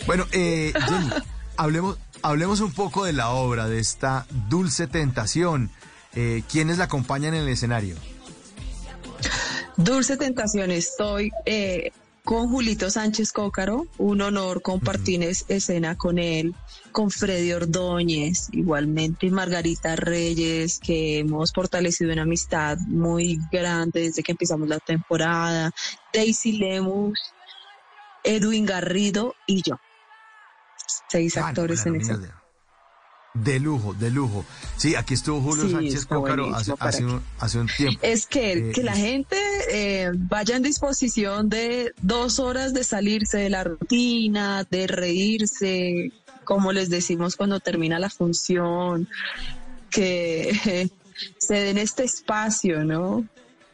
Bueno, Jenny, hablemos un poco de la obra, de esta Dulce Tentación. ¿Quiénes la acompañan en el escenario? Dulce Tentación, estoy con Julito Sánchez Cócaro, un honor compartir escena con él, con Freddy Ordóñez, igualmente Margarita Reyes, que hemos fortalecido una amistad muy grande desde que empezamos la temporada, Daisy Lemus, Edwin Garrido y yo. 6 actores en escena. De lujo, de lujo. Sí, aquí estuvo Julio Sánchez Cócaro hace un tiempo. Es que la gente vaya en disposición de 2 horas de salirse de la rutina, de reírse, como les decimos cuando termina la función, que se den este espacio, ¿no?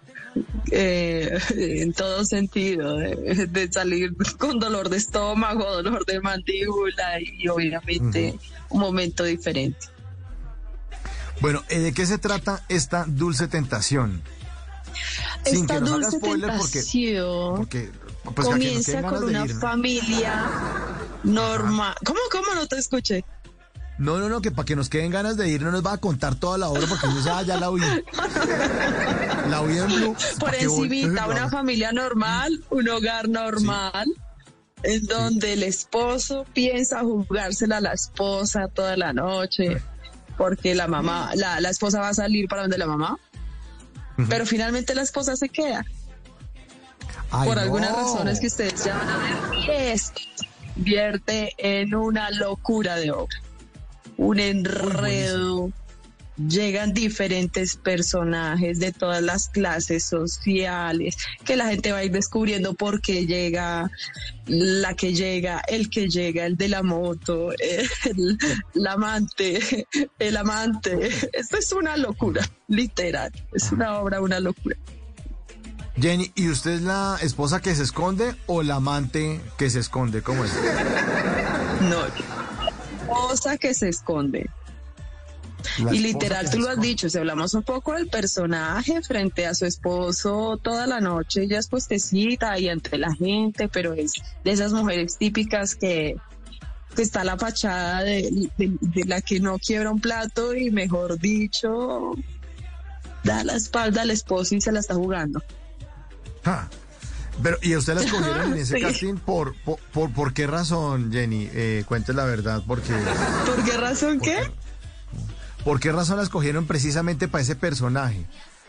En todo sentido, de salir con dolor de estómago, dolor de mandíbula y obviamente un momento diferente. Bueno, ¿de qué se trata esta Dulce Tentación? Sin Esta que nos haga Dulce spoiler Tentación porque pues, comienza con una familia normal. ¿Cómo no te escuché? No, que para que nos queden ganas de ir no nos va a contar toda la obra porque ya la oí. La oí en Blue. Por encimita, una familia normal, un hogar normal, en donde el esposo piensa jugársela a la esposa toda la noche, porque la mamá, la esposa va a salir para donde la mamá, pero finalmente la esposa se queda. Por algunas razones que ustedes ya van a ver, y esto vierte en una locura de obra. Un enredo, llegan diferentes personajes de todas las clases sociales, que la gente va a ir descubriendo por qué llega la que llega, el de la moto, el amante. Esto es una locura, literal, es una obra, una locura. Jenny, ¿y usted es la esposa que se esconde o la amante que se esconde? ¿Cómo es? No, esposa que se esconde. Y literal, tú lo has dicho, si hablamos un poco del personaje frente a su esposo toda la noche, ella es puestecita y ante la gente, pero es de esas mujeres típicas que está la fachada de la que no quiebra un plato y, mejor dicho, da la espalda al esposo y se la está jugando. Pero, ¿y a usted la escogieron en ese casting por qué razón, Jenny? Cuente la verdad, porque... ¿Por qué razón qué? ¿Por qué razón la escogieron precisamente para ese personaje?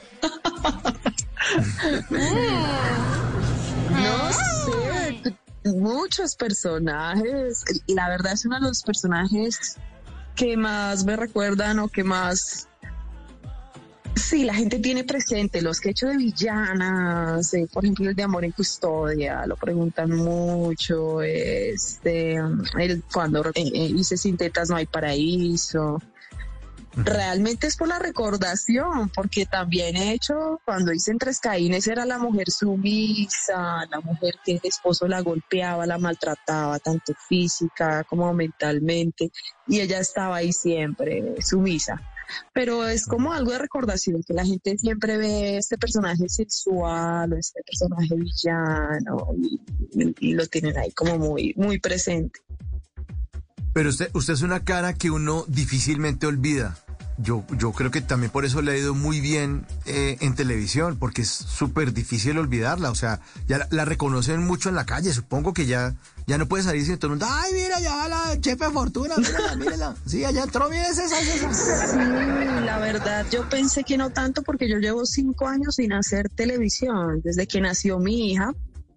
No sé, muchos personajes. La verdad es uno de los personajes que más me recuerdan o que más... Sí, la gente tiene presente los que he hecho de villanas, por ejemplo el de Amor en Custodia, lo preguntan mucho, cuando hice Sin Tetas No Hay Paraíso. Realmente es por la recordación, porque también he hecho, cuando hice En Tres Caínes, era la mujer sumisa, la mujer que el esposo la golpeaba, la maltrataba, tanto física como mentalmente, y ella estaba ahí siempre, sumisa. Pero es como algo de recordación, que la gente siempre ve este personaje sexual o este personaje villano y lo tienen ahí como muy, muy presente. Pero usted es una cara que uno difícilmente olvida. Yo creo que también por eso le ha ido muy bien en televisión, porque es súper difícil olvidarla. O sea, ya la reconocen mucho en la calle. Supongo que ya no puede salir sin todo el mundo. ¡Ay, mira, ya va la Chefe Fortuna! Mírala. Sí, allá entró, mira esa. Sí, la verdad, yo pensé que no tanto, porque yo llevo 5 años sin hacer televisión. Desde que nació mi hija,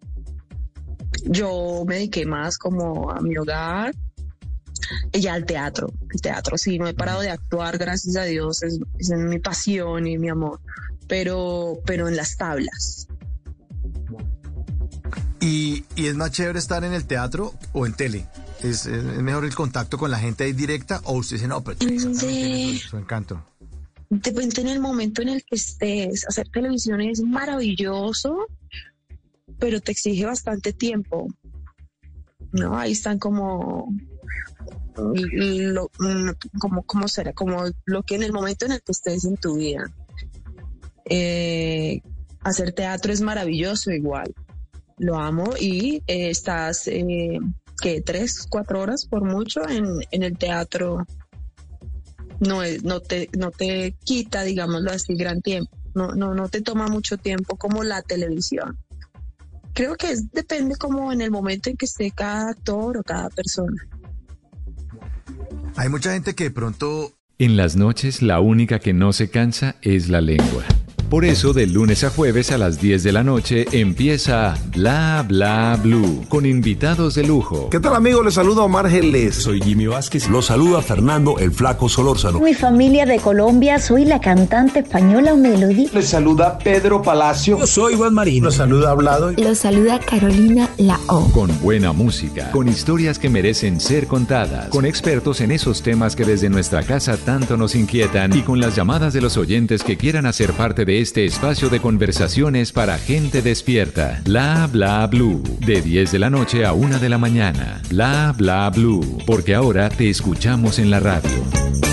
yo me dediqué más como a mi hogar. Ella al teatro, sí, no he parado de actuar, gracias a Dios, es mi pasión y mi amor, pero en las tablas. ¿Y es más chévere estar en el teatro o en tele? ¿Es mejor el contacto con la gente ahí directa o usted dice, no, pero tiene su encanto? Depende en el momento en el que estés. Hacer televisión es maravilloso, pero te exige bastante tiempo, ¿no? Ahí están como será, como lo que en el momento en el que estés en tu vida. Hacer teatro es maravilloso igual, lo amo, y estás que 3, 4 horas por mucho. En el teatro no te quita, digámoslo así, gran tiempo. No te toma mucho tiempo como la televisión. Creo que depende como en el momento en que esté cada actor o cada persona. Hay mucha gente que de pronto... En las noches, la única que no se cansa es la lengua. Por eso, de lunes a jueves a las 10 de la noche empieza Bla Bla Blue, con invitados de lujo. ¿Qué tal, amigos? Les saluda Omar Geles. Soy Jimmy Vázquez. Los saluda Fernando el Flaco Solórzano. Mi familia de Colombia, soy la cantante española Melody. Les saluda Pedro Palacio. Yo soy Juan Marino. Los saluda Hablado. Los saluda Carolina Lao. Con buena música, con historias que merecen ser contadas, con expertos en esos temas que desde nuestra casa tanto nos inquietan y con las llamadas de los oyentes que quieran hacer parte de este espacio de conversaciones para gente despierta. Bla Bla Blue, de 10 de la noche a 1 de la mañana. Bla Bla Blue, porque ahora te escuchamos en la radio.